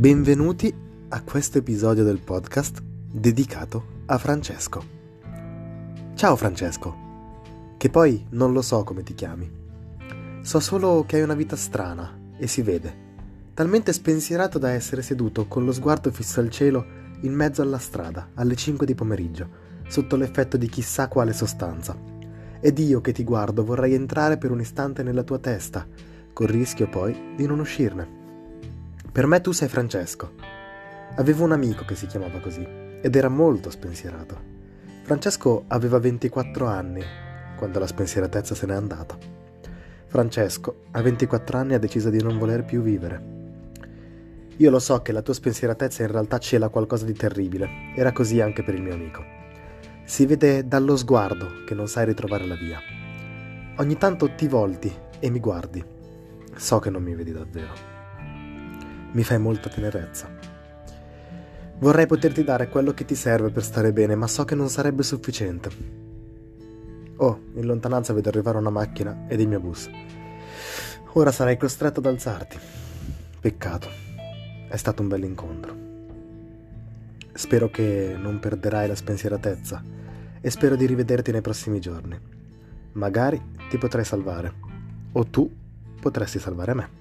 Benvenuti a questo episodio del podcast dedicato a Francesco. Ciao Francesco, che poi non lo so come ti chiami. So solo che hai una vita strana e si vede, talmente spensierato da essere seduto con lo sguardo fisso al cielo in mezzo alla strada alle 5 di pomeriggio, sotto l'effetto di chissà quale sostanza. Ed io che ti guardo vorrei entrare per un istante nella tua testa, col rischio poi di non uscirne. Per me tu sei Francesco. Avevo un amico che si chiamava così ed era molto spensierato. Francesco aveva 24 anni quando la spensieratezza se n'è andata. Francesco a 24 anni ha deciso di non voler più vivere. Io lo so che la tua spensieratezza in realtà cela qualcosa di terribile. Era così anche per il mio amico. Si vede dallo sguardo che non sai ritrovare la via. Ogni tanto ti volti e mi guardi. So che non mi vedi davvero. Mi fai molta tenerezza. Vorrei poterti dare quello che ti serve per stare bene, ma so che non sarebbe sufficiente. Oh, in lontananza vedo arrivare una macchina ed il mio bus. Ora sarai costretto ad alzarti. Peccato. È stato un bell'incontro. Spero che non perderai la spensieratezza e spero di rivederti nei prossimi giorni. Magari ti potrei salvare, o tu potresti salvare me.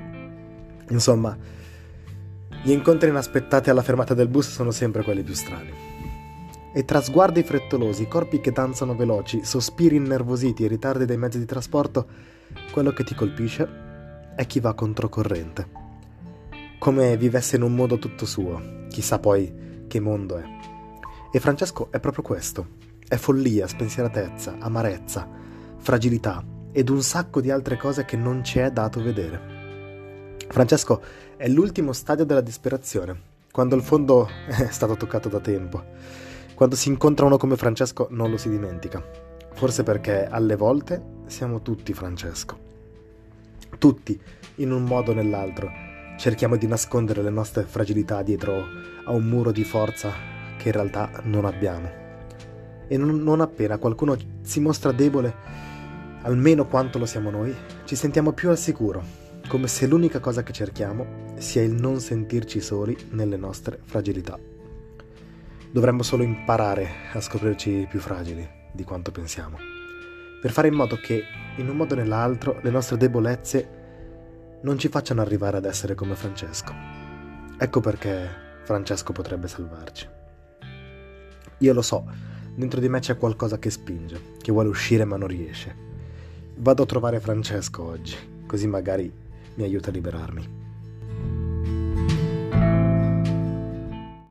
Insomma, gli incontri inaspettati alla fermata del bus sono sempre quelli più strani. E tra sguardi frettolosi, corpi che danzano veloci, sospiri innervositi e ritardi dei mezzi di trasporto, quello che ti colpisce è chi va controcorrente. Come vivesse in un mondo tutto suo, chissà poi che mondo è. E Francesco è proprio questo. È follia, spensieratezza, amarezza, fragilità ed un sacco di altre cose che non ci è dato vedere. Francesco è l'ultimo stadio della disperazione, quando il fondo è stato toccato da tempo. Quando si incontra uno come Francesco non lo si dimentica. Forse perché alle volte siamo tutti Francesco. Tutti, in un modo o nell'altro, cerchiamo di nascondere le nostre fragilità dietro a un muro di forza che in realtà non abbiamo. E non appena qualcuno si mostra debole, almeno quanto lo siamo noi, ci sentiamo più al sicuro. Come se l'unica cosa che cerchiamo sia il non sentirci soli nelle nostre fragilità. Dovremmo solo imparare a scoprirci più fragili di quanto pensiamo, per fare in modo che, in un modo o nell'altro, le nostre debolezze non ci facciano arrivare ad essere come Francesco. Ecco perché Francesco potrebbe salvarci. Io lo so, dentro di me c'è qualcosa che spinge, che vuole uscire ma non riesce. Vado a trovare Francesco oggi, così magari mi aiuta a liberarmi.